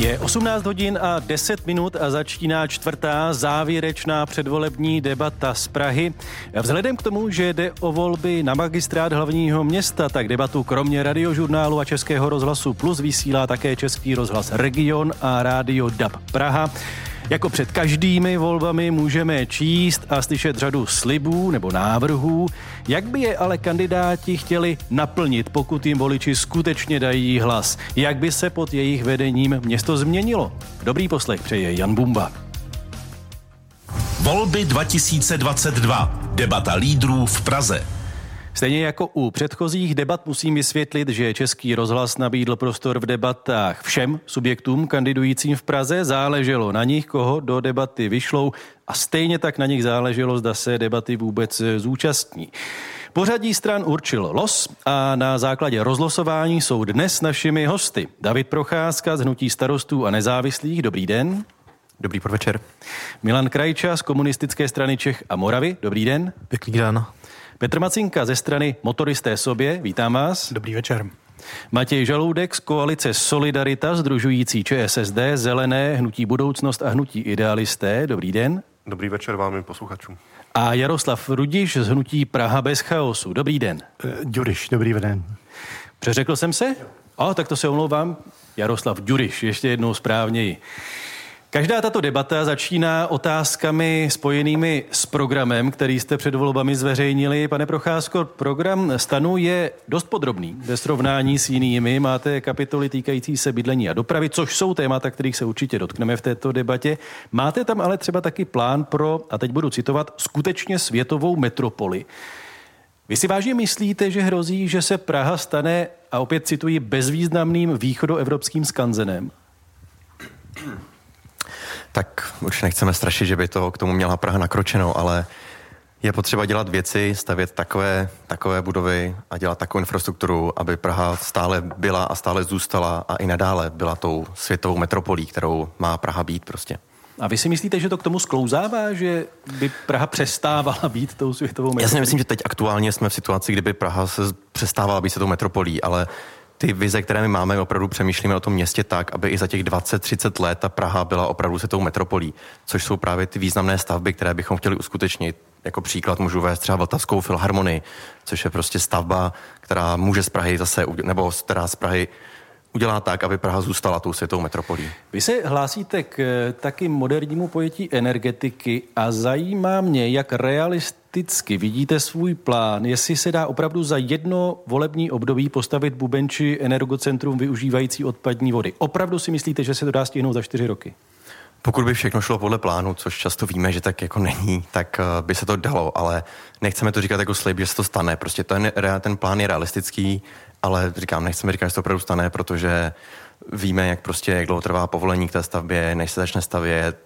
Je 18 hodin a 10 minut a začíná čtvrtá závěrečná předvolební debata z Prahy. Vzhledem k tomu, že jde o volby na magistrát hlavního města, tak debatu kromě Radiožurnálu a Českého rozhlasu Plus vysílá také Český rozhlas Region a Rádio DAB Praha. Jako před každými volbami můžeme číst a slyšet řadu slibů nebo návrhů, jak by je ale kandidáti chtěli naplnit, pokud jim voliči skutečně dají hlas. Jak by se pod jejich vedením město změnilo? Dobrý poslech přeje Jan Bumba. Volby 2022. Debata lídrů v Praze. Stejně jako u předchozích debat musím vysvětlit, že Český rozhlas nabídl prostor v debatách všem subjektům kandidujícím v Praze. Záleželo na nich, koho do debaty vyšlou, a stejně tak na nich záleželo, zda se debaty vůbec zúčastní. Pořadí stran určil los a na základě rozlosování jsou dnes našimi hosty David Procházka z Hnutí Starostů a nezávislých. Dobrý den. Dobrý podvečer. Milan Krajča z Komunistické strany Čech a Moravy. Dobrý den. Pěkný den. Petr Macinka ze strany Motoristé sobě, vítám vás. Dobrý večer. Matěj Žaloudek z koalice Solidarita, sdružující ČSSD, Zelené, Hnutí Budoucnost a Hnutí Idealisté. Dobrý den. Dobrý večer vám i posluchačům. A Jaroslav Rudiš z Hnutí Praha bez chaosu. Dobrý den. Ďuriš, dobrý den. Přeřekl jsem se? Tak to se omlouvám. Jaroslav Ďuriš, ještě jednou správněji. Každá tato debata začíná otázkami spojenými s programem, který jste před volbami zveřejnili. Pane Procházko, program STANu je dost podrobný ve srovnání s jinými. Máte kapitoly týkající se bydlení a dopravy, což jsou témata, kterých se určitě dotkneme v této debatě. Máte tam ale třeba taky plán pro, a teď budu citovat, skutečně světovou metropoli. Vy si vážně myslíte, že hrozí, že se Praha stane, a opět cituji, bezvýznamným východoevropským skanzenem? Tak už nechceme strašit, že by to k tomu měla Praha nakročeno, ale je potřeba dělat věci, stavět takové budovy a dělat takovou infrastrukturu, aby Praha stále byla a stále zůstala a i nadále byla tou světovou metropolí, kterou má Praha být prostě. A vy si myslíte, že to k tomu sklouzává, že by Praha přestávala být tou světovou metropolí? Já si myslím, že teď aktuálně jsme v situaci, kdyby Praha se přestávala být světovou metropolí, ale ty vize, které my máme, opravdu přemýšlíme o tom městě tak, aby i za těch 20-30 let ta Praha byla opravdu světovou metropolí, což jsou právě ty významné stavby, které bychom chtěli uskutečnit. Jako příklad můžu vést třeba Vltavskou filharmonii, což je prostě stavba, která může z Prahy zase, nebo která z Prahy udělá tak, aby Praha zůstala tou světovou metropolí. Vy se hlásíte k taky modernímu pojetí energetiky a zajímá mě, jak realisticky vidíte svůj plán, jestli se dá opravdu za jedno volební období postavit bubenči energocentrum využívající odpadní vody. Opravdu si myslíte, že se to dá stihnout za 4 roky? Pokud by všechno šlo podle plánu, což často víme, že tak jako není, tak by se to dalo, ale nechceme to říkat jako slib, že se to stane. Prostě ten plán je realistický, ale nechceme říkat, že se to opravdu stane, protože víme, jak dlouho trvá povolení k té stavbě, než se začne stavět,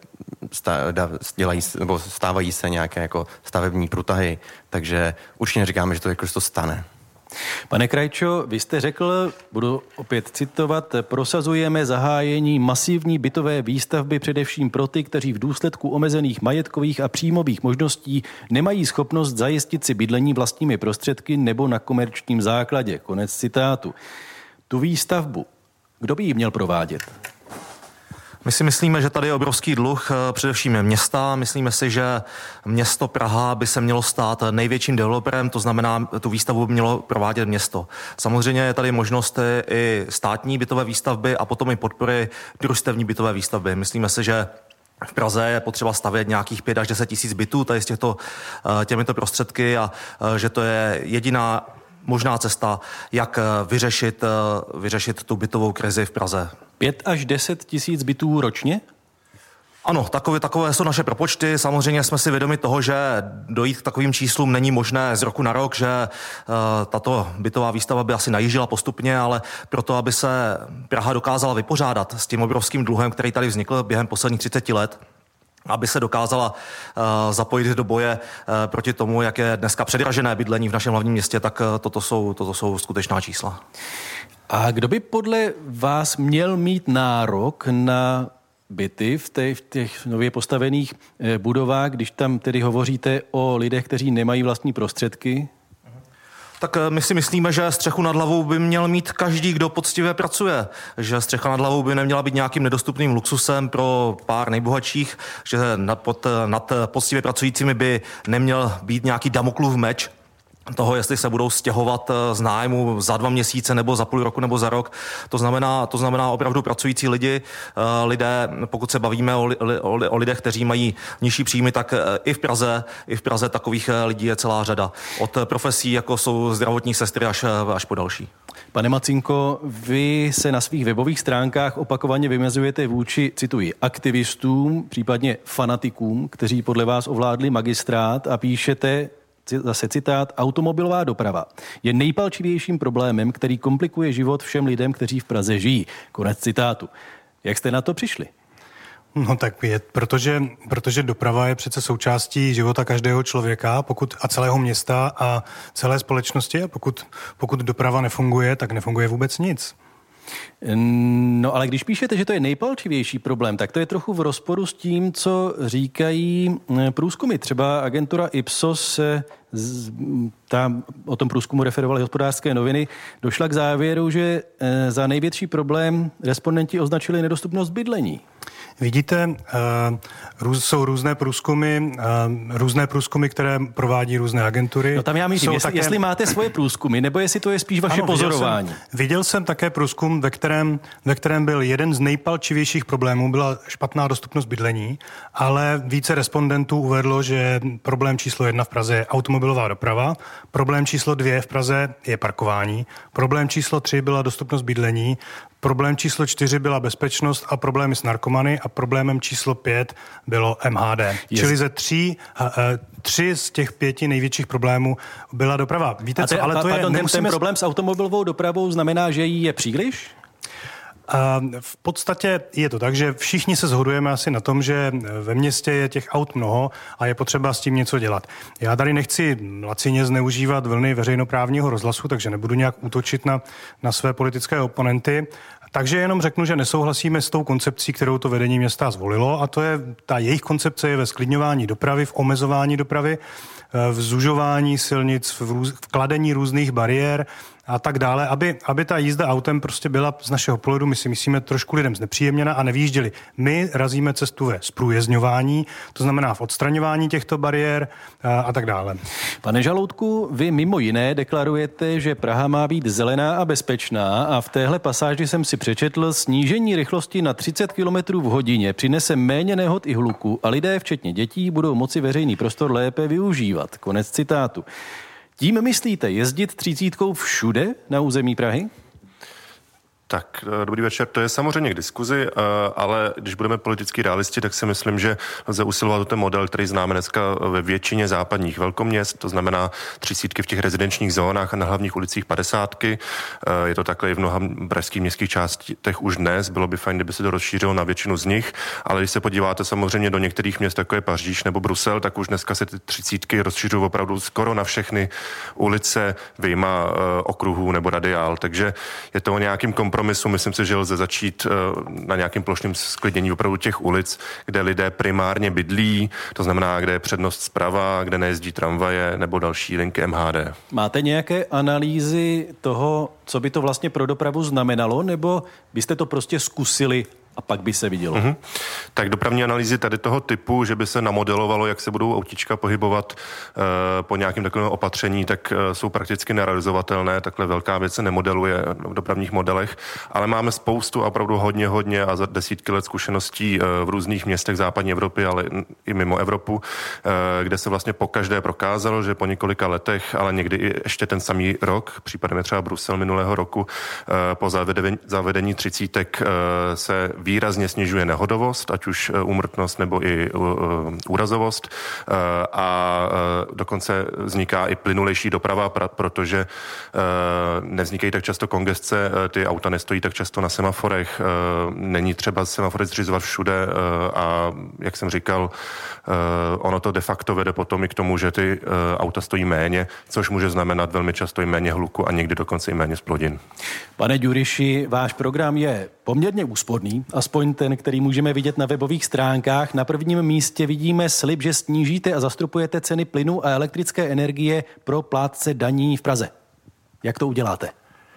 stávají se nějaké jako stavební průtahy, takže určitě neříkáme, že to stane. Pane Krajčo, vy jste řekl, budu opět citovat, prosazujeme zahájení masivní bytové výstavby především pro ty, kteří v důsledku omezených majetkových a příjmových možností nemají schopnost zajistit si bydlení vlastními prostředky nebo na komerčním základě. Konec citátu. Tu výstavbu, kdo by ji měl provádět? My si myslíme, že tady je obrovský dluh především města. Myslíme si, že město Praha by se mělo stát největším developerem, to znamená, tu výstavbu by mělo provádět město. Samozřejmě je tady možnost i státní bytové výstavby a potom i podpory družstevní bytové výstavby. Myslíme si, že v Praze je potřeba stavět nějakých 5 až 10 tisíc bytů tady z těmito prostředky a že to je jediná možná cesta, jak vyřešit tu bytovou krizi v Praze. 5 až 10 tisíc bytů ročně? Ano, takové jsou naše propočty. Samozřejmě jsme si vědomi toho, že dojít k takovým číslům není možné z roku na rok, že tato bytová výstava by asi najížděla postupně, ale proto, aby se Praha dokázala vypořádat s tím obrovským dluhem, který tady vznikl během posledních 30 let, aby se dokázala zapojit do boje proti tomu, jak je dneska předražené bydlení v našem hlavním městě, tak toto jsou skutečná čísla. A kdo by podle vás měl mít nárok na byty v těch nově postavených budovách, když tam tedy hovoříte o lidech, kteří nemají vlastní prostředky? Tak my si myslíme, že střechu nad hlavou by měl mít každý, kdo poctivě pracuje. Že střecha nad hlavou by neměla být nějakým nedostupným luxusem pro pár nejbohatších, že nad poctivě pracujícími by neměl být nějaký Damoklův meč toho, jestli se budou stěhovat z nájmu za 2 měsíce nebo za půl roku nebo za rok. To znamená opravdu pracující lidé, pokud se bavíme o lidech, kteří mají nižší příjmy, tak i v Praze takových lidí je celá řada. Od profesí, jako jsou zdravotní sestry, až po další. Pane Macinko, vy se na svých webových stránkách opakovaně vymezujete vůči, cituji, aktivistům, případně fanatikům, kteří podle vás ovládli magistrát, a píšete, zase citát, automobilová doprava je nejpalčivějším problémem, který komplikuje život všem lidem, kteří v Praze žijí. Konec citátu. Jak jste na to přišli? No tak protože doprava je přece součástí života každého člověka a celého města a celé společnosti, a pokud doprava nefunguje, tak nefunguje vůbec nic. No ale když píšete, že to je nejpalčivější problém, tak to je trochu v rozporu s tím, co říkají průzkumy. Třeba agentura Ipsos, o tom průzkumu referovaly Hospodářské noviny, došla k závěru, že za největší problém respondenti označili nedostupnost bydlení. Vidíte, jsou různé průzkumy, které provádí různé agentury. No tam já myslím, jestli máte svoje průzkumy, nebo jestli to je spíš vaše pozorování. Viděl jsem také průzkum, ve kterém byl jeden z nejpalčivějších problémů, byla špatná dostupnost bydlení, ale více respondentů uvedlo, že problém číslo 1 v Praze je automobilová doprava, problém číslo 2 v Praze je parkování, problém číslo 3 byla dostupnost bydlení, problém číslo 4 byla bezpečnost a problémy s narkomany a problémem číslo 5 bylo MHD. Čili ze 3 z těch 5 největších problémů byla doprava. Víte co, ale to je... Ten problém s automobilovou dopravou znamená, že jí je příliš? V podstatě je to tak, že všichni se shodujeme asi na tom, že ve městě je těch aut mnoho a je potřeba s tím něco dělat. Já tady nechci lacině zneužívat vlny veřejnoprávního rozhlasu, takže nebudu nějak útočit na své politické oponenty. Takže jenom řeknu, že nesouhlasíme s tou koncepcí, kterou to vedení města zvolilo, a to je, ta jejich koncepce je ve zklidňování dopravy, v omezování dopravy, v zužování silnic, v kladení různých bariér a tak dále, aby ta jízda autem prostě byla z našeho pohledu, my si myslíme, trošku lidem znepříjemněna a nevýjížděli. My razíme cestu ve zprůjezdňování, to znamená v odstraňování těchto bariér a tak dále. Pane Žaloudku, vy mimo jiné deklarujete, že Praha má být zelená a bezpečná, a v téhle pasáži jsem si přečetl, snížení rychlosti na 30 km v hodině přinese méně nehod i hluku a lidé, včetně dětí, budou moci veřejný prostor lépe využívat. Konec citátu. Tím myslíte jezdit 30 všude na území Prahy? Tak, dobrý večer. To je samozřejmě k diskuzi, ale když budeme politicky realisti, tak si myslím, že lze usilovat o ten model, který známe dneska ve většině západních velkoměst, to znamená 30 v těch rezidenčních zónách a na hlavních ulicích 50. Je to takhle i v mnoha pražských městských částech už dnes. Bylo by fajn, kdyby se to rozšířilo na většinu z nich, ale když se podíváte samozřejmě do některých měst, jako je Paříž nebo Brusel, tak už dneska se ty 30 rozšiřují opravdu skoro na všechny ulice, vyjma okruhů nebo radiál, takže je to o nějakým kompromisu. Myslím si, že lze začít na nějakým plošným sklidnění opravdu těch ulic, kde lidé primárně bydlí, to znamená, kde je přednost zprava, kde nejezdí tramvaje nebo další linky MHD. Máte nějaké analýzy toho, co by to vlastně pro dopravu znamenalo, nebo byste to prostě zkusili a pak by se vidělo? Tak dopravní analýzy tady toho typu, že by se namodelovalo, jak se budou autíčka pohybovat po nějakém takovém opatření, tak jsou prakticky nerealizovatelné. Takhle velká věc se nemodeluje v dopravních modelech, ale máme spoustu opravdu hodně a za desítky let zkušeností v různých městech západní Evropy, ale i mimo Evropu, kde se vlastně pokaždé prokázalo, že po několika letech, ale někdy i ještě ten samý rok, případem je třeba Brusel minulého roku, po zavedení 30 se výrazně snižuje nehodovost, ať už úmrtnost nebo i úrazovost, a dokonce vzniká i plynulejší doprava, protože nevznikají tak často kongesce, ty auta nestojí tak často na semaforech, není třeba semafory zřizovat všude a jak jsem říkal, ono to de facto vede potom i k tomu, že ty auta stojí méně, což může znamenat velmi často i méně hluku a někdy dokonce i méně zplodin. Pane Ďuriši, váš program je poměrně úsporný, aspoň ten, který můžeme vidět na webových stránkách. Na prvním místě vidíme slib, že snížíte a zastropujete ceny plynu a elektrické energie pro plátce daní v Praze. Jak to uděláte?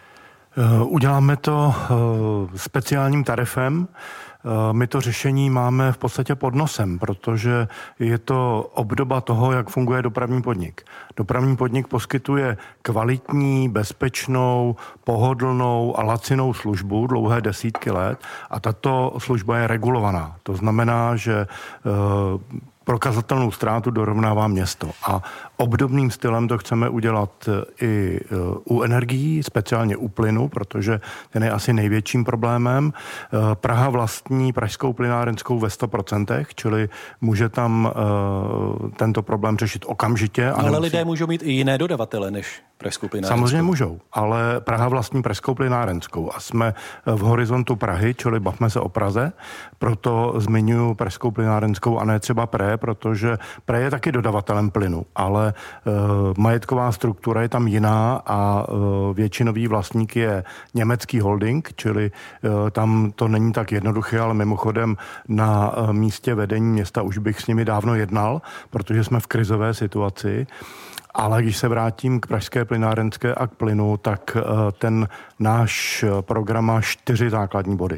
Uděláme to speciálním tarifem. My to řešení máme v podstatě pod nosem, protože je to obdoba toho, jak funguje dopravní podnik. Dopravní podnik poskytuje kvalitní, bezpečnou, pohodlnou a lacinou službu dlouhé desítky let a tato služba je regulovaná. To znamená, že prokazatelnou ztrátu dorovnává město. A obdobným stylem to chceme udělat i u energií, speciálně u plynu, protože ten je asi největším problémem. Praha vlastní pražskou plynárenskou ve 100%, čili může tam tento problém řešit okamžitě. Ale lidé můžou mít i jiné dodavatele než pražskou plynárenskou. Samozřejmě můžou, ale Praha vlastní pražskou plynárenskou a jsme v horizontu Prahy, čili bavme se o Praze, proto zmiňuji pražskou plynárenskou a ne třeba PRE, protože PRE je taky dodavatelem plynu, ale majetková struktura je tam jiná a většinový vlastník je německý holding, čili tam to není tak jednoduché, ale mimochodem na místě vedení města už bych s nimi dávno jednal, protože jsme v krizové situaci. Ale když se vrátím k pražské plynárenské a k plynu, tak ten náš program má 4 základní body.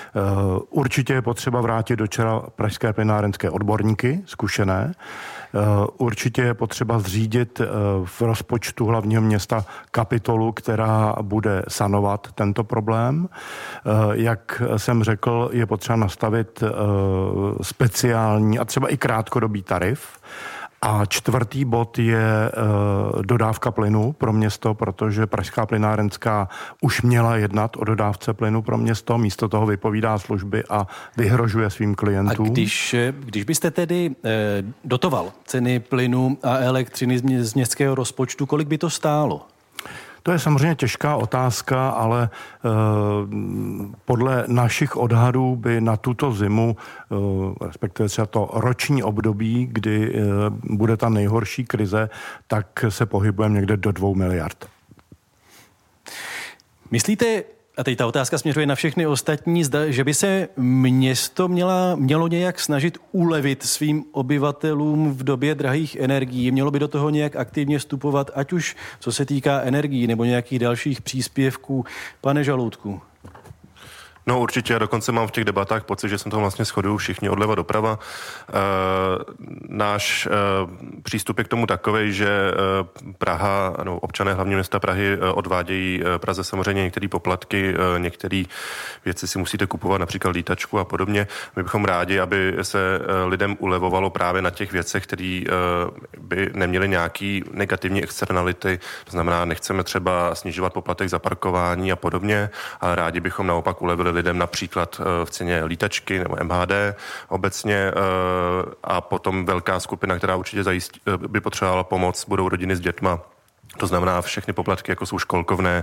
Určitě je potřeba vrátit do čela pražské plynárenské odborníky, zkušené. Určitě je potřeba zřídit v rozpočtu hlavního města kapitolu, která bude sanovat tento problém. Jak jsem řekl, je potřeba nastavit speciální a třeba i krátkodobý tarif. A 4. bod je dodávka plynu pro město, protože pražská plynárenská už měla jednat o dodávce plynu pro město, místo toho vypovídá služby a vyhrožuje svým klientům. A když byste tedy dotoval ceny plynu a elektřiny z městského rozpočtu, kolik by to stálo? To je samozřejmě těžká otázka, ale podle našich odhadů by na tuto zimu, respektive třeba to roční období, kdy bude ta nejhorší krize, tak se pohybujeme někde do 2 miliard. Myslíte, a teď ta otázka směřuje na všechny ostatní, že by se město mělo nějak snažit ulevit svým obyvatelům v době drahých energií? Mělo by do toho nějak aktivně vstupovat, ať už co se týká energií nebo nějakých dalších příspěvků? Pane Žaloutku. No určitě, a dokonce mám v těch debatách pocit, že jsem to vlastně shodují všichni odleva doprava. Náš přístup je k tomu takovej, že Praha, no, občané hlavního města Prahy odvádějí Praze samozřejmě některé poplatky, některé věci si musíte kupovat, například lítačku a podobně. My bychom rádi, aby se lidem ulevovalo právě na těch věcech, které by neměly nějaký negativní externality. To znamená, nechceme třeba snižovat poplatek za parkování a podobně, ale rádi bychom naopak ulevili lidem například v ceně lítačky nebo MHD obecně a potom velká skupina, která určitě by potřebovala pomoc, budou rodiny s dětma. To znamená všechny poplatky, jako jsou školkovné,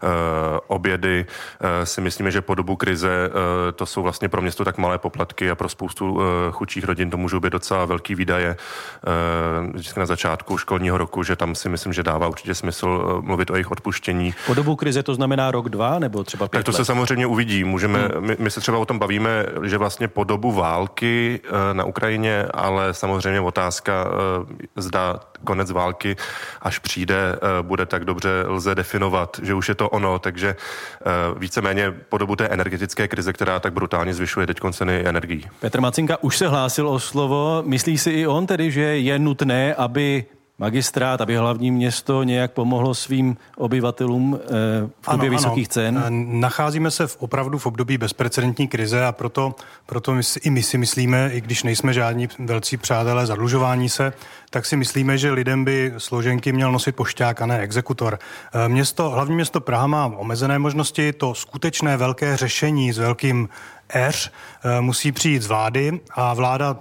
obědy. Si myslíme, že po dobu krize to jsou vlastně pro město tak malé poplatky a pro spoustu chudších rodin to můžou být docela velký výdaje vždycky na začátku školního roku, že tam si myslím, že dává určitě smysl mluvit o jejich odpuštění. Po dobu krize to znamená rok, 2 nebo třeba 5 let? Tak to se samozřejmě uvidí. My se třeba o tom bavíme, že vlastně po dobu války na Ukrajině, ale samozřejmě otázka, zda konec války, až přijde, bude tak dobře lze definovat, že už je to ono, takže víceméně po dobu té energetické krize, která tak brutálně zvyšuje teď ceny energií. Petr Macinka už se hlásil o slovo. Myslí si i on tedy, že je nutné, aby magistrát, aby hlavní město nějak pomohlo svým obyvatelům v době vysokých cen? Nacházíme se opravdu v období bezprecedentní krize a proto i my si myslíme, i když nejsme žádní velcí přátelé zadlužování se, tak si myslíme, že lidem by složenky měl nosit pošťák a ne exekutor. Hlavní město Praha má omezené možnosti, to skutečné velké řešení s velkým musí přijít z vlády a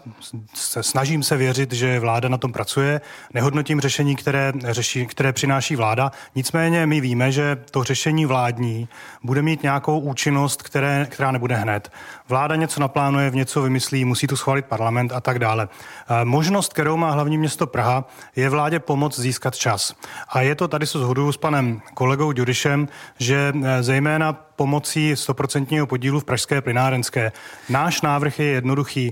snažím se věřit, že vláda na tom pracuje. Nehodnotím řešení, které přináší vláda. Nicméně my víme, že to řešení vládní bude mít nějakou účinnost, která nebude hned. Vláda něco naplánuje, v něco vymyslí, musí to schválit parlament a tak dále. Možnost, kterou má hlavní město Praha, je vládě pomoct získat čas. A je to, tady se shoduju s panem kolegou Ďurišem, že zejména pomocí 100% podílu v pražské plynárenské. Náš návrh je jednoduchý.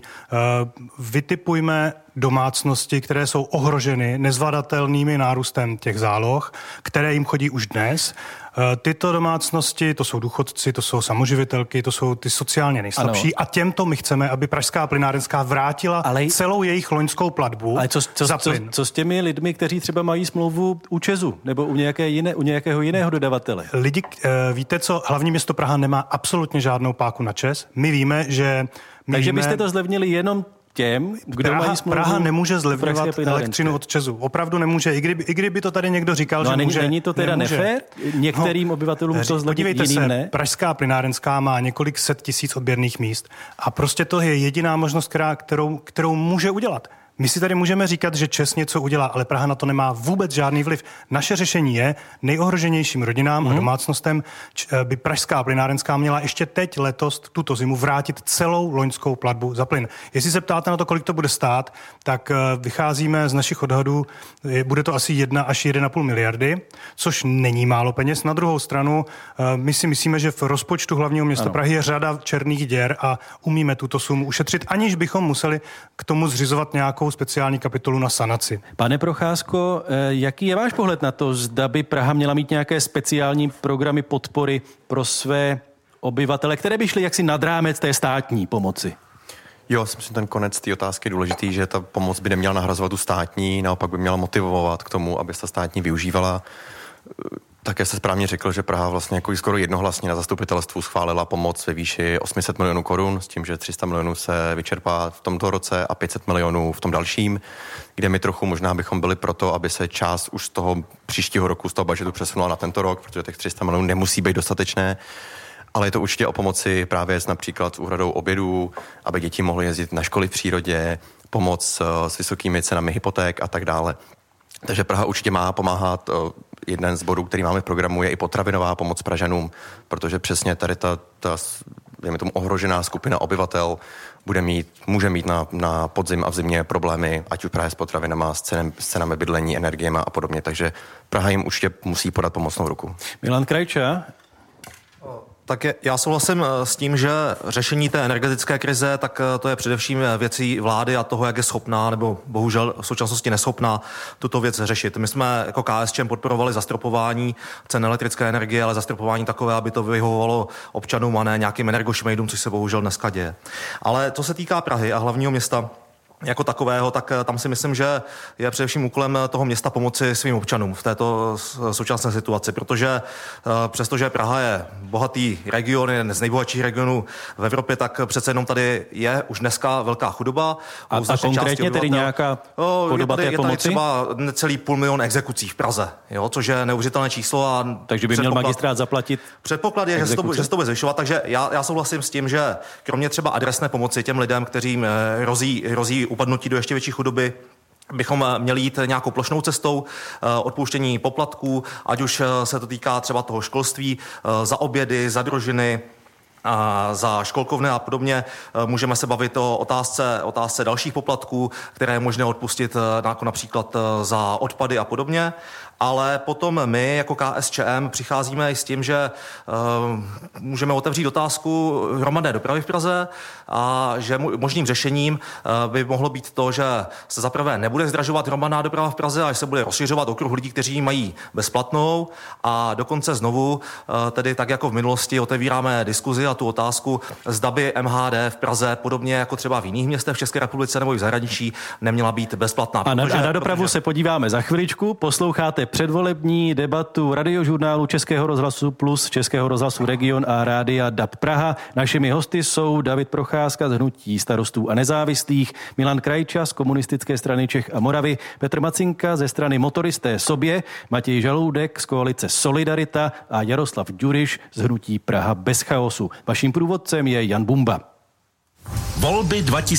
Vytipujme domácnosti, které jsou ohroženy nezvladatelnými nárůstem těch záloh, které jim chodí už dnes. Tyto domácnosti, to jsou důchodci, to jsou samoživitelky, to jsou ty sociálně nejslabší, a těmto my chceme, aby pražská plynárenská vrátila celou jejich loňskou platbu za plyn. Co s těmi lidmi, kteří třeba mají smlouvu u ČEZu nebo u nějakého jiného dodavatele? Lidi, víte co, hlavní město Praha nemá absolutně žádnou páku na ČEZ. My víme, že... Takže byste to zlevnili jenom těm, kdo mají smlouvu. Praha nemůže zlevňovat elektřinu od ČEZu. Opravdu nemůže. I kdyby to tady někdo říkal, že může. Není to teda nefér? Některým obyvatelům to zlevnit, jiným ne? Pražská plynárenská má několik set tisíc odběrných míst a prostě to je jediná možnost, kterou může udělat. My si tady můžeme říkat, že ČEZ něco udělá, ale Praha na to nemá vůbec žádný vliv. Naše řešení je nejohroženějším rodinám a domácnostem by pražská plynárenská měla ještě teď letos tuto zimu vrátit celou loňskou platbu za plyn. Jestli se ptáte na to, kolik to bude stát, tak vycházíme z našich odhadů, bude to asi 1 až 1,5 miliardy, což není málo peněz. Na druhou stranu, my si myslíme, že v rozpočtu hlavního města Prahy je řada černých děr a umíme tuto sumu ušetřit, aniž bychom museli k tomu zřizovat nějakou speciální kapitolu na sanaci. Pane Procházko, jaký je váš pohled na to, zda by Praha měla mít nějaké speciální programy podpory pro své obyvatele, které by šly jaksi nad rámec té státní pomoci? Jo, myslím, že ten konec té otázky je důležitý, že ta pomoc by neměla nahrazovat tu státní, naopak by měla motivovat k tomu, aby se státní využívala. Také se správně řekl, že Praha vlastně jako skoro jednohlasně na zastupitelstvu schválila pomoc ve výši 800 milionů korun, s tím, že 300 milionů se vyčerpá v tomto roce a 500 milionů v tom dalším, kde my trochu možná bychom byli proto, aby se část už z toho příštího roku, z toho budžetu přesunula na tento rok, protože těch 300 milionů nemusí být dostatečné. Ale je to určitě o pomoci právě například s úhradou obědů, aby děti mohly jezdit na školy v přírodě, pomoc s vysokými cenami hypoték a tak dále. Takže Praha určitě má pomáhat. Jeden z bodů, který máme v programu, je i potravinová pomoc Pražanům, protože přesně tady ta dejme tomu ohrožená skupina obyvatel může mít na podzim a v zimě problémy, ať už právě s potravinama, s cenami bydlení, energiema a podobně. Takže Praha jim určitě musí podat pomocnou ruku. Milan Krajča. Tak já souhlasím s tím, že řešení té energetické krize, tak to je především věcí vlády a toho, jak je schopná, nebo bohužel v současnosti neschopná tuto věc řešit. My jsme jako KSČM podporovali zastropování cen elektrické energie, ale zastropování takové, aby to vyhovovalo občanům a ne nějakým energošmejdům, což se bohužel dneska děje. Ale co se týká Prahy a hlavního města jako takového, tak tam si myslím, že je především úkolem toho města pomoci svým občanům v této současné situaci, protože přestože Praha je bohatý region, jeden z nejbohatších regionů v Evropě, tak přece jenom tady je už dneska velká chudoba. A konkrétně tedy nějaká podoba té pomoci? Je tady třeba necelý 500 000 exekucí v Praze, jo, což je neuvěřitelné číslo. Takže by měl magistrát zaplatit? Předpoklad je, že se to bude zvyšovat, takže já souhlasím s tím, že kromě třeba adresné pomoci těm lidem, kterým hrozí upadnutí do ještě větší chudoby, bychom měli jít nějakou plošnou cestou odpouštění poplatků, ať už se to týká třeba toho školství, za obědy, za družiny, za školkovné a podobně. Můžeme se bavit o otázce dalších poplatků, které je možné odpustit jako například za odpady a podobně. Ale potom my jako KSČM přicházíme i s tím, že můžeme otevřít otázku hromadné dopravy v Praze a že možným řešením by mohlo být to, že se zaprvé nebude zdražovat hromadná doprava v Praze a že se bude rozšiřovat okruh lidí, kteří mají bezplatnou, a dokonce znovu, tedy tak jako v minulosti, otevíráme diskuzi a tu otázku, zda by MHD v Praze, podobně jako třeba v jiných městech v České republice nebo i v zahraničí, neměla být bezplatná. A na dopravu se podíváme za chviličku. Posloucháte předvolební debatu Radiožurnálu Českého rozhlasu Plus, Českého rozhlasu Region a Rádia DAB Praha. Našimi hosty jsou David Procházka z hnutí Starostů a nezávislých, Milan Krajča z Komunistické strany Čech a Moravy, Petr Macinka ze strany Motoristé sobě, Matěj Žaloudek z koalice Solidarita a Jaroslav Ďuriš z hnutí Praha bez chaosu. Vaším průvodcem je Jan Bumba. Volby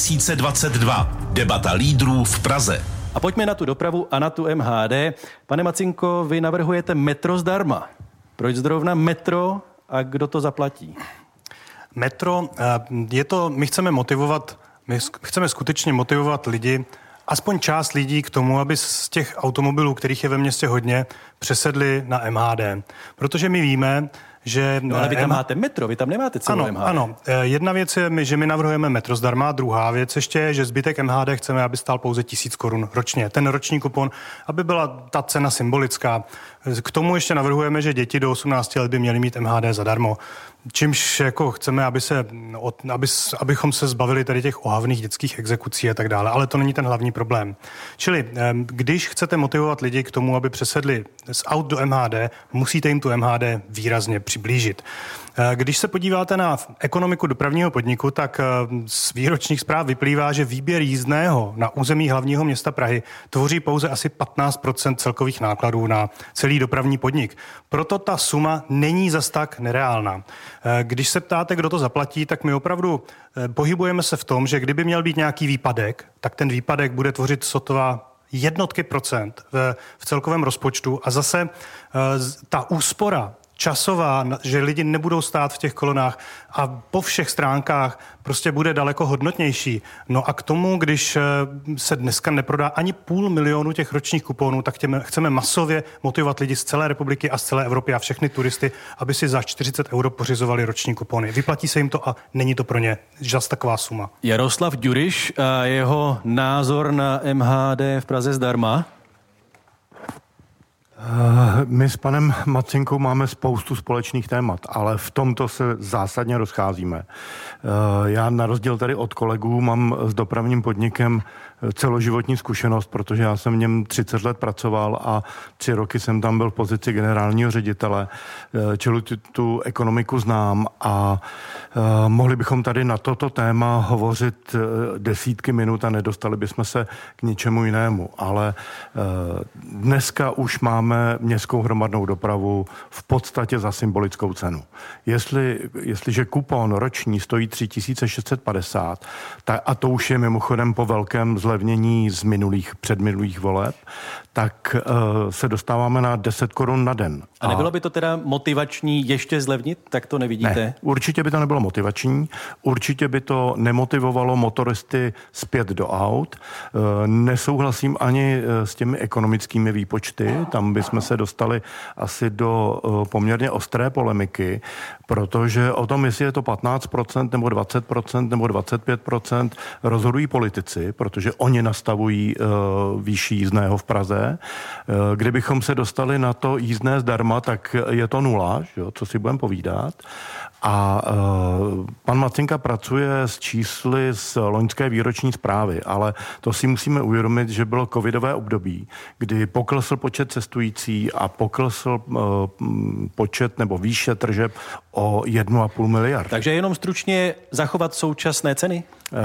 2022. Debata lídrů v Praze. A pojďme na tu dopravu a na tu MHD. Pane Macinko, vy navrhujete metro zdarma. Proč zrovna metro a kdo to zaplatí? Metro, my chceme skutečně motivovat lidi, aspoň část lidí k tomu, aby z těch automobilů, kterých je ve městě hodně, přesedli na MHD. Protože my víme, že... No ale vy tam máte metro, vy tam nemáte celou MHD. Ano. Jedna věc je, že my navrhujeme metro zdarma, druhá věc ještě je, že zbytek MHD chceme, aby stál pouze 1000 korun ročně. Ten roční kupon, aby byla ta cena symbolická. K tomu ještě navrhujeme, že děti do 18 let by měly mít MHD zadarmo. Čímž jako chceme, abychom se zbavili tady těch ohavných dětských exekucí a tak dále, ale to není ten hlavní problém. Čili když chcete motivovat lidi k tomu, aby přesedli z aut do MHD, musíte jim tu MHD výrazně přiblížit. Když se podíváte na ekonomiku dopravního podniku, tak z výročních zpráv vyplývá, že výběr jízdného na území hlavního města Prahy tvoří pouze asi 15% celkových nákladů na celý dopravní podnik. Proto ta suma není zas tak nereálná. Když se ptáte, kdo to zaplatí, tak my opravdu pohybujeme se v tom, že kdyby měl být nějaký výpadek, tak ten výpadek bude tvořit sotva jednotky procent v celkovém rozpočtu a zase ta úspora časová, že lidi nebudou stát v těch kolonách a po všech stránkách prostě bude daleko hodnotnější. No a k tomu, když se dneska neprodá ani 500 000 těch ročních kuponů, tak chceme masově motivovat lidi z celé republiky a z celé Evropy a všechny turisty, aby si za 40 € pořizovali roční kupony. Vyplatí se jim to a není to pro ně žas taková suma. Jaroslav Ďuriš a jeho názor na MHD v Praze zdarma. My s panem Macinkou máme spoustu společných témat, ale v tomto se zásadně rozcházíme. Já na rozdíl tady od kolegů mám s dopravním podnikem celoživotní zkušenost, protože já jsem v něm 30 let pracoval a 3 roky jsem tam byl v pozici generálního ředitele, čili tu ekonomiku znám a mohli bychom tady na toto téma hovořit desítky minut a nedostali bychom se k ničemu jinému, ale dneska už máme městskou hromadnou dopravu v podstatě za symbolickou cenu. Jestliže kupon roční stojí 3650, a to už je mimochodem po velkém zlevnění z předminulých voleb, tak se dostáváme na 10 korun na den. A nebylo by to teda motivační ještě zlevnit? Tak to nevidíte? Ne, určitě by to nebylo motivační, určitě by to nemotivovalo motoristy zpět do aut. Nesouhlasím ani s těmi ekonomickými výpočty, tam bychom se dostali asi do poměrně ostré polemiky, protože o tom, jestli je to 15% nebo 20% nebo 25%, rozhodují politici, protože oni nastavují výši jízdného v Praze. Kdybychom se dostali na to jízdné zdarma, tak je to 0, co si budeme povídat. A pan Macinka pracuje s čísly z loňské výroční zprávy, ale to si musíme uvědomit, že bylo covidové období, kdy poklesl počet cestující a poklesl počet nebo výše tržeb o 1,5 miliardy. Takže jenom stručně zachovat současné ceny?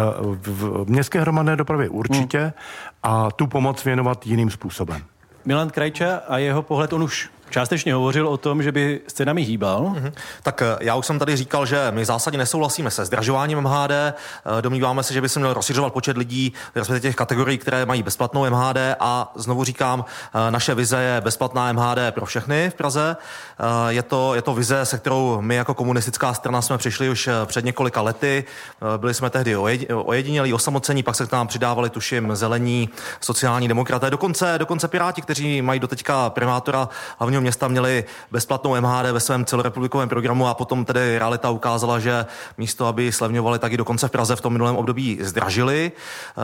V městské hromadné dopravě určitě a tu pomoc věnovat jiným způsobem. Milan Krajča a jeho pohled, on už částečně hovořil o tom, že by s cenami hýbal. Tak já už jsem tady říkal, že my zásadně nesouhlasíme se zdražováním MHD. Domníváme se, že by se měl rozšiřovat počet lidí, respektive těch kategorií, které mají bezplatnou MHD a znovu říkám, naše vize je bezplatná MHD pro všechny v Praze. Je to vize, se kterou my jako komunistická strana jsme přišli už před několika lety. Byli jsme tehdy ojedinělí, osamocení, pak se k nám přidávali, tuším, zelení, sociální demokraté, dokonce Piráti, kteří mají doteďka primátora hlavního města, měli bezplatnou MHD ve svém celorepublikovém programu a potom tedy realita ukázala, že místo, aby slevňovali, tak i dokonce v Praze v tom minulém období zdražili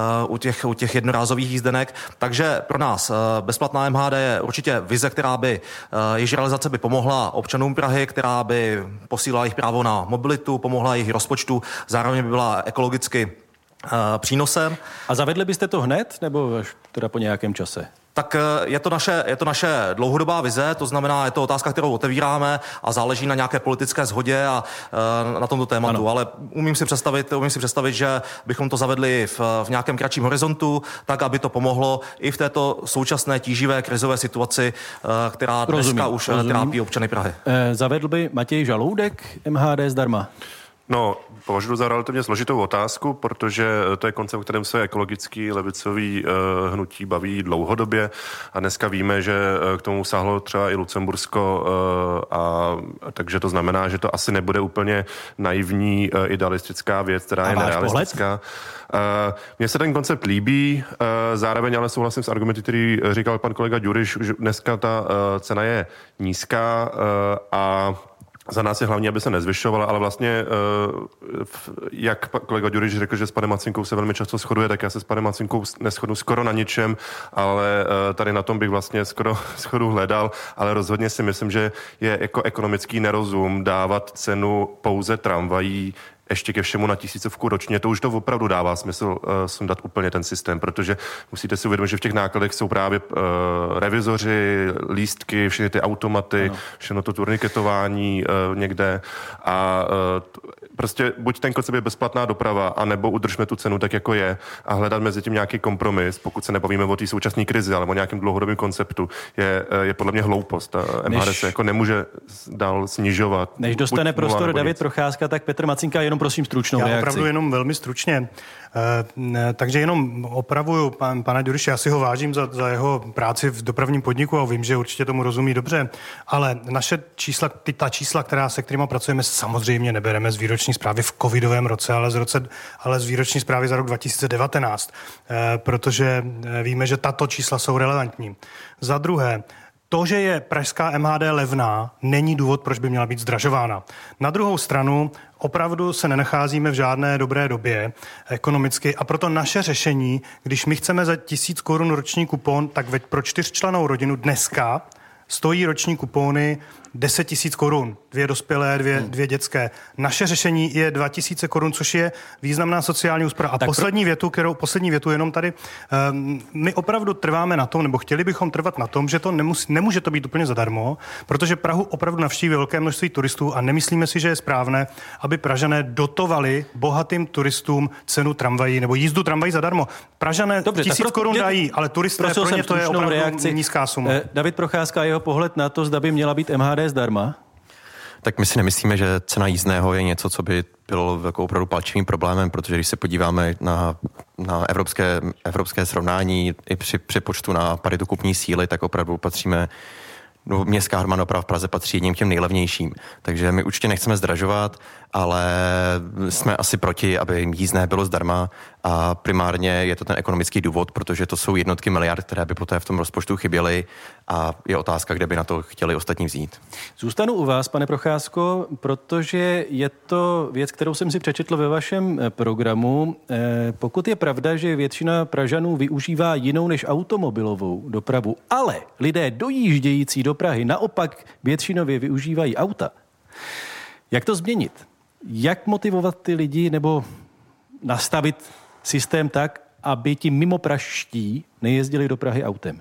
u těch jednorázových jízdenek. Takže pro nás bezplatná MHD je určitě vize, která by její realizace by pomohla občanům Prahy, která by posílala jejich právo na mobilitu, pomohla jejich rozpočtu, zároveň by byla ekologicky přínosem. A zavedli byste to hned, nebo až teda po nějakém čase? Tak je to naše dlouhodobá vize, to znamená, je to otázka, kterou otevíráme a záleží na nějaké politické shodě a na tomto tématu, ano. Ale umím si představit, že bychom to zavedli v nějakém kratším horizontu, tak, aby to pomohlo i v této současné tíživé krizové situaci, která dneska už trápí občany Prahy. Zavedl by Matěj Žaloudek MHD zdarma? No, považuji za relativně složitou otázku, protože to je koncept, o kterém se ekologický levicový hnutí baví dlouhodobě a dneska víme, že k tomu sáhlo třeba i Lucembursko a takže to znamená, že to asi nebude úplně naivní idealistická věc, která je nerealistická. Mně se ten koncept líbí, zároveň ale souhlasím s argumenty, který říkal pan kolega Ďuriš, že dneska ta cena je nízká a Za nás je hlavně, aby se nezvyšovala, ale vlastně, jak kolega Ďuriš řekl, že s panem Macinkou se velmi často shoduje, tak já se s panem Macinkou neshodu skoro na ničem, ale tady na tom bych vlastně skoro schodu hledal, ale rozhodně si myslím, že je jako ekonomický nerozum dávat cenu pouze tramvají ještě ke všemu na 1000 ročně, to už to opravdu dává smysl sundat úplně ten systém, protože musíte si uvědomit, že v těch nákladech jsou právě revizoři, lístky, všechny ty automaty, všechno to turniketování někde a prostě buď ten koncept je bezplatná doprava, anebo udržme tu cenu tak, jako je a hledat mezi tím nějaký kompromis, pokud se nebavíme o té současné krizi, ale o nějakém dlouhodobém konceptu, je podle mě hloupost. MHD se jako nemůže dál snižovat. Než dostane prostor David Procházka, tak Petr Macinka, jenom prosím stručnou reakci. Já opravdu jenom velmi stručně. Takže jenom opravuju pana Ďuriše, já si ho vážím za jeho práci v dopravním podniku a vím, že určitě tomu rozumí dobře, ale naše čísla, ta čísla, se kterýma pracujeme, samozřejmě nebereme z výroční zprávy v covidovém roce, ale z výroční zprávy za rok 2019, protože víme, že tato čísla jsou relevantní. Za druhé, to, že je pražská MHD levná, není důvod, proč by měla být zdražována. Na druhou stranu opravdu se nenacházíme v žádné dobré době ekonomicky a proto naše řešení, když my chceme za 1000 korun roční kupon, tak pro 4člennou rodinu dneska stojí roční kupony 10 000 korun, 2 dospělé, dvě dětské. Naše řešení je 2000 korun, což je významná sociální úspora. A poslední větu jenom tady. My opravdu trváme na tom, nebo chtěli bychom trvat na tom, že to nemůže to být úplně zadarmo, protože Prahu opravdu navštíví velké množství turistů a nemyslíme si, že je správné, aby Pražané dotovali bohatým turistům cenu tramvají nebo jízdu tramvají zadarmo. Pražané 1000 korun dají, ale turisté pro ně to je opravdu nízká suma. David Procházka, jeho pohled na to, zda by měla být MHD zdarma? Tak my si nemyslíme, že cena jízdného je něco, co by bylo jako opravdu palčivým problémem, protože když se podíváme na evropské srovnání i při počtu na paritu kupní síly, tak opravdu patříme, městská hromadná doprava v Praze patří jedním těm nejlevnějším. Takže my určitě nechceme zdražovat, ale jsme asi proti, aby jízdné bylo zdarma a primárně je to ten ekonomický důvod, protože to jsou jednotky miliard, které by poté v tom rozpočtu chyběly a je otázka, kde by na to chtěli ostatní vzít. Zůstanu u vás, pane Procházko, protože je to věc, kterou jsem si přečetl ve vašem programu. Pokud je pravda, že většina Pražanů využívá jinou než automobilovou dopravu, ale lidé dojíždějící do Prahy naopak většinově využívají auta, jak to změnit? Jak motivovat ty lidi nebo nastavit systém tak, aby ti mimopražští nejezdili do Prahy autem?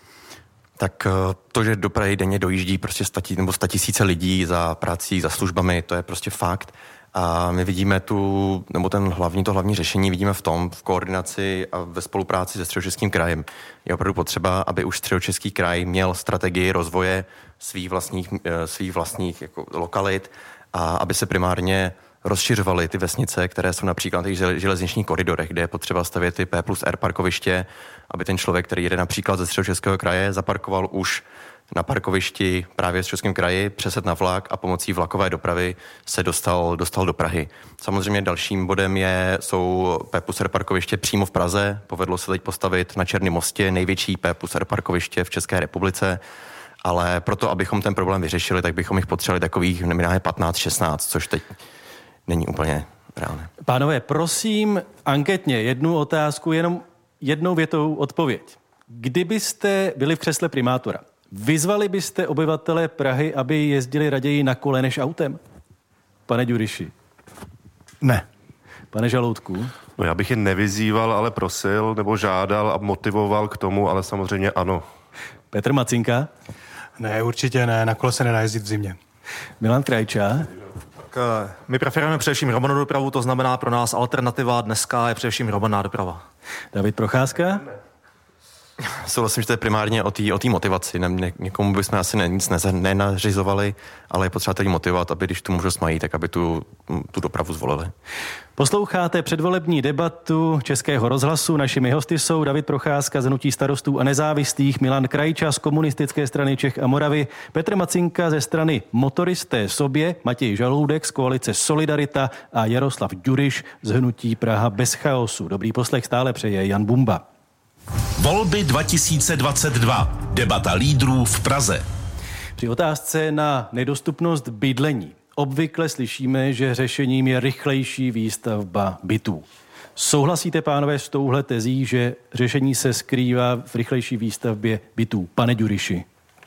Tak to, že do Prahy denně dojíždí prostě 100 000 lidí za prací, za službami, to je prostě fakt. A my vidíme to hlavní řešení vidíme v koordinaci a ve spolupráci se Středočeským krajem. Je opravdu potřeba, aby už Středočeský kraj měl strategii rozvoje svých vlastních jako lokalit a aby se primárně rozšiřovaly ty vesnice, které jsou například na těch železničních koridorech, kde je potřeba stavět ty P+R parkoviště, aby ten člověk, který jede například ze Středočeského kraje, zaparkoval už na parkovišti právě v Středočeském kraji, přesedl na vlak a pomocí vlakové dopravy se dostal do Prahy. Samozřejmě dalším bodem jsou P+R parkoviště přímo v Praze. Povedlo se teď postavit na Černém mostě největší P+R parkoviště v České republice, ale proto, abychom ten problém vyřešili, tak bychom jich potřebovali takových minimálně 15-16, což teď není úplně reálné. Pánové, prosím, anketně jednu otázku, jenom jednou větou odpověď. Kdybyste byli v křesle primátora, vyzvali byste obyvatele Prahy, aby jezdili raději na kole než autem? Pane Ďuriši. Ne. Pane Žaloutku. No, já bych je nevyzýval, ale prosil nebo žádal a motivoval k tomu, ale samozřejmě ano. Petr Macinka. Ne, určitě ne, na kole se nedá jezdit v zimě. Milan Krajča. My preferujeme především hromadnou dopravu, to znamená pro nás alternativa dneska je především hromadná doprava. David Procházka. Souhlasím, že to je primárně o té motivaci. Někomu bychom asi nic nenařizovali, ale je potřeba tedy motivovat, aby když tu možnost mají, tak aby tu dopravu zvolili. Posloucháte předvolební debatu Českého rozhlasu. Našimi hosty jsou David Procházka z Hnutí Starostů a nezávislých, Milan Krajča z Komunistické strany Čech a Moravy, Petr Macinka ze strany Motoristé sobě, Matěj Žaloudek z koalice Solidarita a Jaroslav Ďuriš z Hnutí Praha bez chaosu. Dobrý poslech stále přeje Jan Bumba. Volby 2022. Debata lídrů v Praze. Při otázce na nedostupnost bydlení obvykle slyšíme, že řešením je rychlejší výstavba bytů. Souhlasíte, pánové, s touhle tezí, že řešení se skrývá v rychlejší výstavbě bytů? Pane Ďuriši.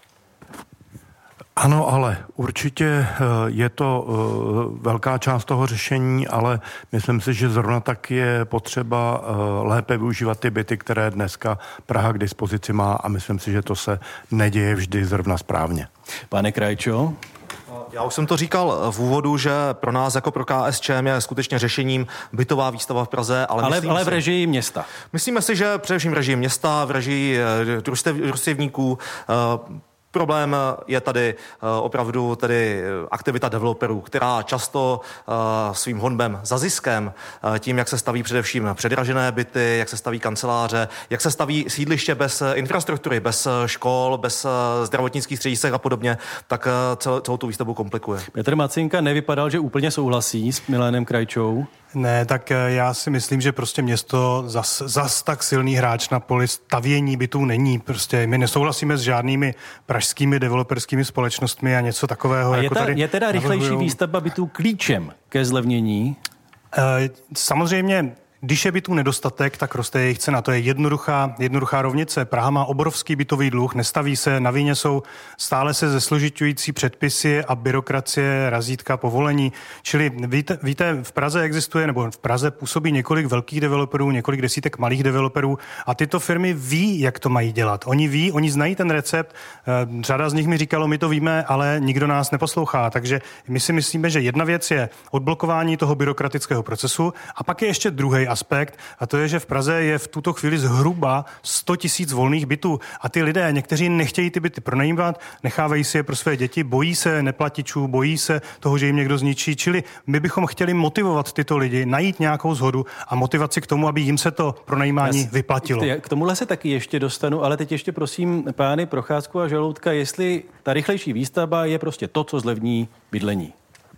Ano, ale určitě je to velká část toho řešení, ale myslím si, že zrovna tak je potřeba lépe využívat ty byty, které dneska Praha k dispozici má, a myslím si, že to se neděje vždy zrovna správně. Pane Krajčo? Já už jsem to říkal v úvodu, že pro nás jako pro KSČM je skutečně řešením bytová výstava v Praze, ale v režii města. Myslíme si, že především v režii města, v režii družstevníků. Problém je tady opravdu tedy aktivita developerů, která často svým honbem za ziskem, tím, jak se staví především předražené byty, jak se staví kanceláře, jak se staví sídliště bez infrastruktury, bez škol, bez zdravotnických středisek a podobně, tak celou tu výstavbu komplikuje. Petr Macinka nevypadal, že úplně souhlasí s Milanem Krajčou. Ne, tak já si myslím, že prostě město zas tak silný hráč na poli stavění bytů není. Prostě my nesouhlasíme s žádnými pražskými developerskými společnostmi a něco takového. Je teda rychlejší výstavba bytů klíčem ke zlevnění? Samozřejmě, když je bytů nedostatek, tak roste jejich cena. To je jednoduchá rovnice. Praha má obrovský bytový dluh, nestaví se, na vině jsou stále se zesložiťující předpisy a byrokracie, razítka, povolení. Čili víte, v Praze existuje, nebo v Praze působí několik velkých developerů, několik desítek malých developerů a tyto firmy ví, jak to mají dělat. Oni znají ten recept, řada z nich mi říkalo, my to víme, ale nikdo nás neposlouchá. Takže my si myslíme, že jedna věc je odblokování toho byrokratického procesu a pak je ještě druhý aspekt, a to je, že v Praze je v tuto chvíli zhruba 100 000 volných bytů a ty lidé, někteří nechtějí ty byty pronajímat, nechávají si je pro své děti, bojí se neplatičů, bojí se toho, že jim někdo zničí, čili my bychom chtěli motivovat tyto lidi, najít nějakou shodu a motivaci k tomu, aby jim se to pronajímání vyplatilo. K tomuhle se taky ještě dostanu, ale teď ještě prosím pány Procházku a Žaloutka, jestli ta rychlejší výstavba je prostě to, co zlevní bydlení.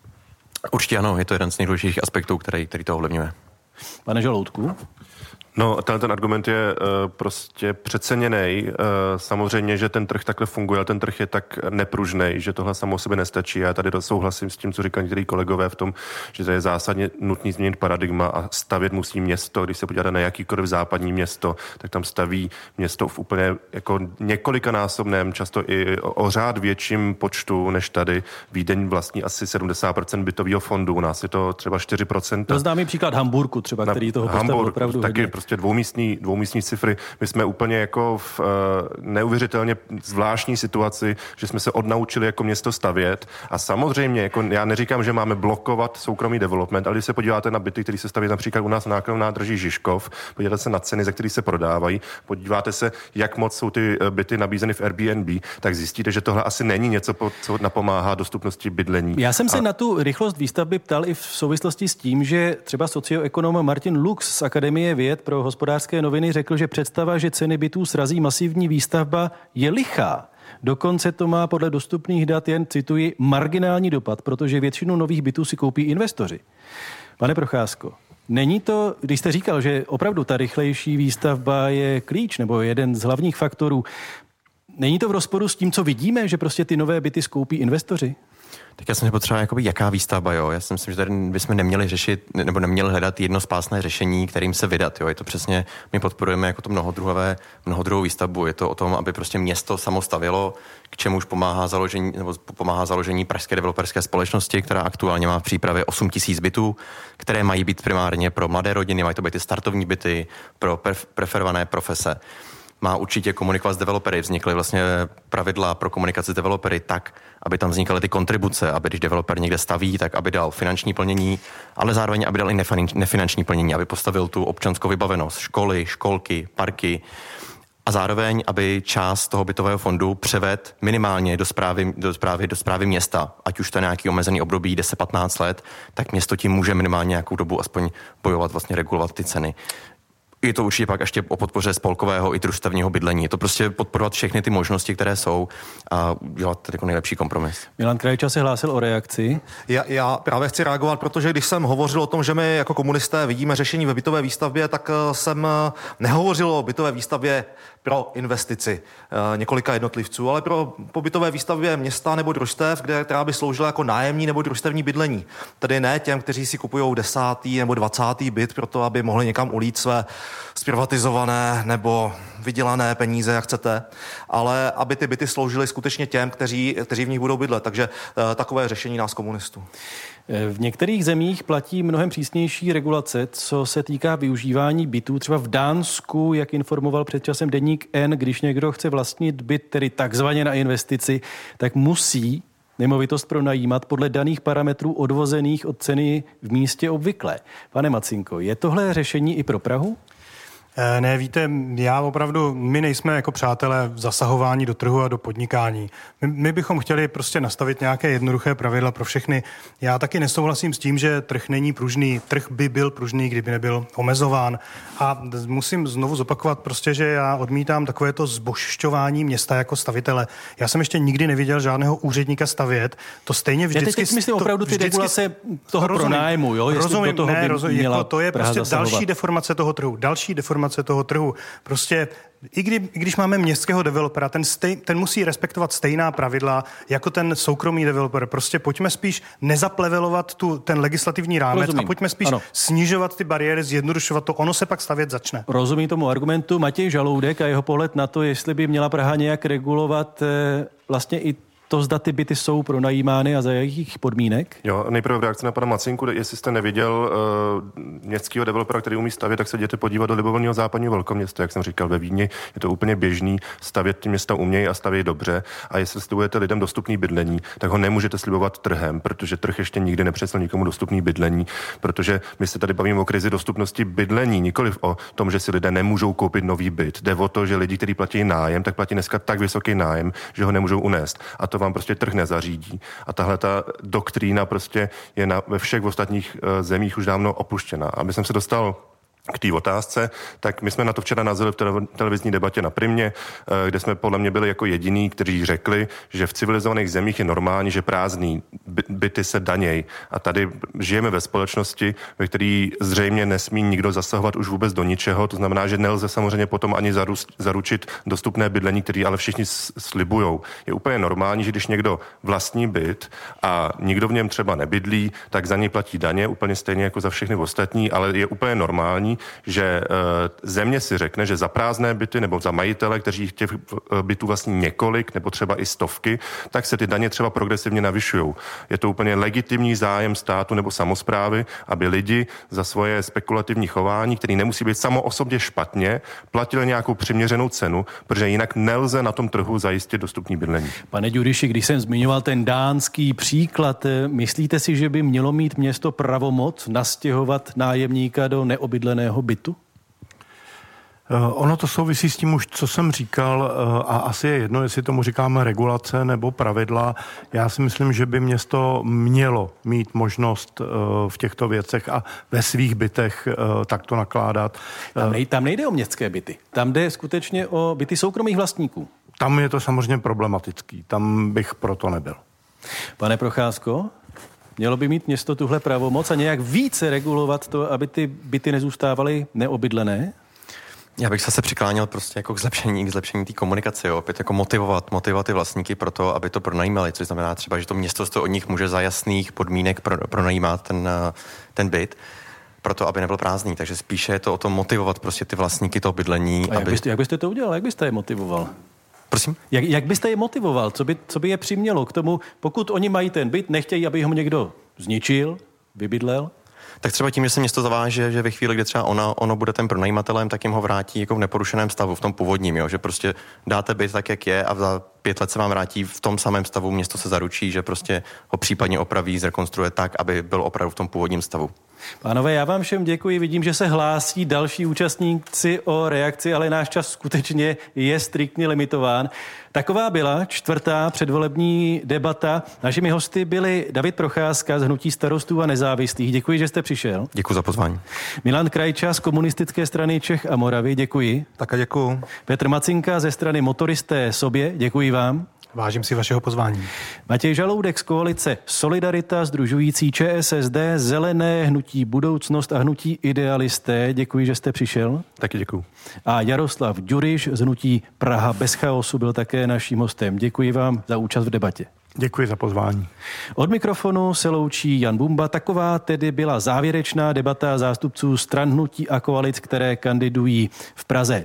Určitě ano, je to jeden z nejdůležitějších aspektů, který to ovlivňuje. Pane Žaloutku? No, ten argument je prostě přeceněnej. Samozřejmě, že ten trh takhle funguje, ale ten trh je tak nepružnej, že tohle samo o sobě nestačí. Já tady souhlasím s tím, co říkají některý kolegové v tom, že to je zásadně nutný změnit paradigma a stavět musí město. Když se podíváte na jakýkoliv západní město, tak tam staví město v úplně jako několikanásobném, často i o řád větším počtu než tady. Vídeň vlastní asi 70% bytového fondu, u nás je to třeba 4%. To známý příklad Hamburku třeba, který toho postavil opravdu taky prostě dvoumístní cifry. My jsme úplně jako v neuvěřitelně zvláštní situaci, že jsme se odnaučili jako město stavět a samozřejmě, jako já neříkám, že máme blokovat soukromý development, ale když se podíváte na byty, které se staví například u nás na nákladnou nádraží Žižkov, podíváte se na ceny, za které se prodávají, podíváte se, jak moc jsou ty byty nabízeny v Airbnb, tak zjistíte, že tohle asi není něco, co napomáhá dostupnosti bydlení. Já jsem se na tu rychlost výstavby ptal i v souvislosti s tím, že třeba socioekonom Martin Lux z Akademie věd pro Hospodářské noviny řekl, že představa, že ceny bytů srazí masivní výstavba, je lichá. Dokonce to má podle dostupných dat jen, cituji, marginální dopad, protože většinu nových bytů si koupí investoři. Pane Procházko, není to, když jste říkal, že opravdu ta rychlejší výstavba je klíč nebo jeden z hlavních faktorů, není to v rozporu s tím, co vidíme, že prostě ty nové byty skoupí investoři? Tak já jsem se potřeboval, jakoby jaká výstavba, jo. Já si myslím, že tady bychom neměli řešit, nebo neměli hledat jednospásné řešení, kterým se vydat, jo. Je to přesně, my podporujeme jako to mnohodruhovou výstavbu. Je to o tom, aby prostě město samo stavělo, k čemuž pomáhá založení pražské developerské společnosti, která aktuálně má v přípravě 8 000 bytů, které mají být primárně pro mladé rodiny, mají to být ty startovní byty, pro preferované profese. Má určitě komunikovat s developery. Vznikly vlastně pravidla pro komunikaci s developery tak, aby tam vznikaly ty kontribuce, aby když developer někde staví, tak aby dal finanční plnění, ale zároveň aby dal i nefinanční plnění, aby postavil tu občanskou vybavenost, školy, školky, parky a zároveň, aby část toho bytového fondu převed minimálně do správy města, ať už to je nějaký omezený období 10-15 let, tak město tím může minimálně nějakou dobu aspoň bojovat, vlastně regulovat ty ceny. Je to určitě pak ještě o podpoře spolkového i družstevního bydlení. Je to prostě podporovat všechny ty možnosti, které jsou a dělat jako nejlepší kompromis. Milan Krajča se hlásil o reakci. Já právě chci reagovat, protože když jsem hovořil o tom, že my jako komunisté vidíme řešení ve bytové výstavbě, tak jsem nehovořil o bytové výstavbě pro investici několika jednotlivců, ale pro pobytové výstavbě města nebo družstev, která by sloužila jako nájemní nebo družstevní bydlení. Tedy ne těm, kteří si kupují 10. nebo 20. byt pro to, aby mohli někam ulít své zprivatizované nebo vydělané peníze, jak chcete, ale aby ty byty sloužily skutečně těm, kteří v nich budou bydlet. Takže takové řešení nás komunistů. V některých zemích platí mnohem přísnější regulace, co se týká využívání bytů. Třeba v Dánsku, jak informoval před časem deník N, když někdo chce vlastnit byt, tedy takzvaně na investici, tak musí nemovitost pronajímat podle daných parametrů odvozených od ceny v místě obvyklé. Pane Macinko, je tohle řešení i pro Prahu? Ne, víte, my nejsme jako přátelé v zasahování do trhu a do podnikání. My bychom chtěli prostě nastavit nějaké jednoduché pravidla pro všechny. Já taky nesouhlasím s tím, že trh není pružný. Trh by byl pružný, kdyby nebyl omezován. A musím znovu zopakovat prostě, že já odmítám takovéto zbožšťování města jako stavitele. Já jsem ještě nikdy neviděl žádného úředníka stavět. To stejně vždycky... Já teď myslím opravdu ty regulace toho pronájmu, jo? Rozumím, to je prostě další deformace toho trhu. Toho trhu. Prostě i když máme městského developera, ten musí respektovat stejná pravidla jako ten soukromý developer. Prostě pojďme spíš nezaplevelovat ten legislativní rámec a pojďme spíš snižovat ty bariéry, zjednodušovat to. Ono se pak stavět začne. Rozumím tomu argumentu. Matěj Žaloudek a jeho pohled na to, jestli by měla Praha nějak regulovat vlastně i to, zda ty byty jsou pronajímány a za jakých podmínek? Jo, nejprve v reakci na pana Macinku, jestli jste neviděl městského developera, který umí stavět, tak se jděte podívat do libovolného západního velkoměsta, jak jsem říkal, ve Vídni. Je to úplně běžný, stavět ty města umějí a stavějí dobře. A jestli slibujete lidem dostupný bydlení, tak ho nemůžete slibovat trhem, protože trh ještě nikdy nepřinesl nikomu dostupný bydlení, protože my se tady bavíme o krizi dostupnosti bydlení, nikoliv o tom, že si lidé nemůžou koupit nový byt. Jde o to, že lidi, kteří platí nájem, tak platí dneska tak vysoký nájem, že ho nemůžou unést. A to vám prostě trh nezařídí. A tahle ta doktrína prostě je ve všech ostatních zemích už dávno opuštěna. Aby jsem se dostal k té otázce, tak my jsme na to včera nazvali v televizní debatě na Primě, kde jsme podle mě byli jako jediní, kteří řekli, že v civilizovaných zemích je normální, že prázdný byty se daněj. A tady žijeme ve společnosti, ve které zřejmě nesmí nikdo zasahovat už vůbec do ničeho. To znamená, že nelze samozřejmě potom ani zaručit dostupné bydlení, které ale všichni slibujou. Je úplně normální, že když někdo vlastní byt a nikdo v něm třeba nebydlí, tak za něj platí daně úplně stejně jako za všechny ostatní, ale je úplně normální, že země si řekne, že za prázdné byty nebo za majitele, kteří těch bytů vlastní několik nebo třeba i stovky, tak se ty daně třeba progresivně navyšujou. Je to úplně legitimní zájem státu nebo samosprávy, aby lidi za svoje spekulativní chování, který nemusí být samo o sobě špatně, platili nějakou přiměřenou cenu, protože jinak nelze na tom trhu zajistit dostupný bydlení. Pane Ďuriši, když jsem zmiňoval ten dánský příklad, myslíte si, že by mělo mít město pravomoc nastěhovat nájemníka do neobydleného bytu? Ono to souvisí s tím už, co jsem říkal, a asi je jedno, jestli tomu říkáme regulace nebo pravidla. Já si myslím, že by město mělo mít možnost v těchto věcech a ve svých bytech takto nakládat. Tam nejde o městské byty. Tam jde skutečně o byty soukromých vlastníků. Tam je to samozřejmě problematický. Tam bych proto nebyl. Pane Procházko? Mělo by mít město tuhle pravomoc a nějak více regulovat to, aby ty byty nezůstávaly neobydlené? Já bych se přikláněl prostě jako k zlepšení té komunikace, jo. Opět jako motivovat ty vlastníky pro to, aby to pronajímali, což znamená třeba, že to město to od nich může za jasných podmínek pronajímat ten byt, proto aby nebyl prázdný. Takže spíše je to o tom motivovat prostě ty vlastníky toho bydlení. A jak byste to udělal? Jak byste je motivoval? Prosím? Jak byste je motivoval? Co by je přimělo k tomu, pokud oni mají ten byt, nechtějí, aby ho někdo zničil, vybydlel? Tak třeba tím, že se město zaváže, že ve chvíli, kdy třeba ono bude ten pronajímatelem, tak jim ho vrátí jako v neporušeném stavu, v tom původním, jo? Že prostě dáte byt tak, jak je a za 5 let se vám vrátí v tom samém stavu, město se zaručí, že prostě ho případně opraví, zrekonstruuje tak, aby byl opravdu v tom původním stavu. Pánové, já vám všem děkuji. Vidím, že se hlásí další účastníci o reakci, ale náš čas skutečně je striktně limitován. Taková byla 4. předvolební debata. Našimi hosty byli David Procházka z Hnutí Starostů a nezávislých. Děkuji, že jste přišel. Děkuji za pozvání. Milan Krajča z Komunistické strany Čech a Moravy. Děkuji. Také děkuji. Petr Macinka ze strany Motoristé sobě. Děkuji vám. Vážím si vašeho pozvání. Matěj Žaloudek z koalice Solidarita, sdružující ČSSD, Zelené, Hnutí Budoucnost a Hnutí Idealisté. Děkuji, že jste přišel. Taky děkuju. A Jaroslav Ďuriš z Hnutí Praha bez chaosu byl také naším hostem. Děkuji vám za účast v debatě. Děkuji za pozvání. Od mikrofonu se loučí Jan Bumba. Taková tedy byla závěrečná debata zástupců stran, hnutí a koalic, které kandidují v Praze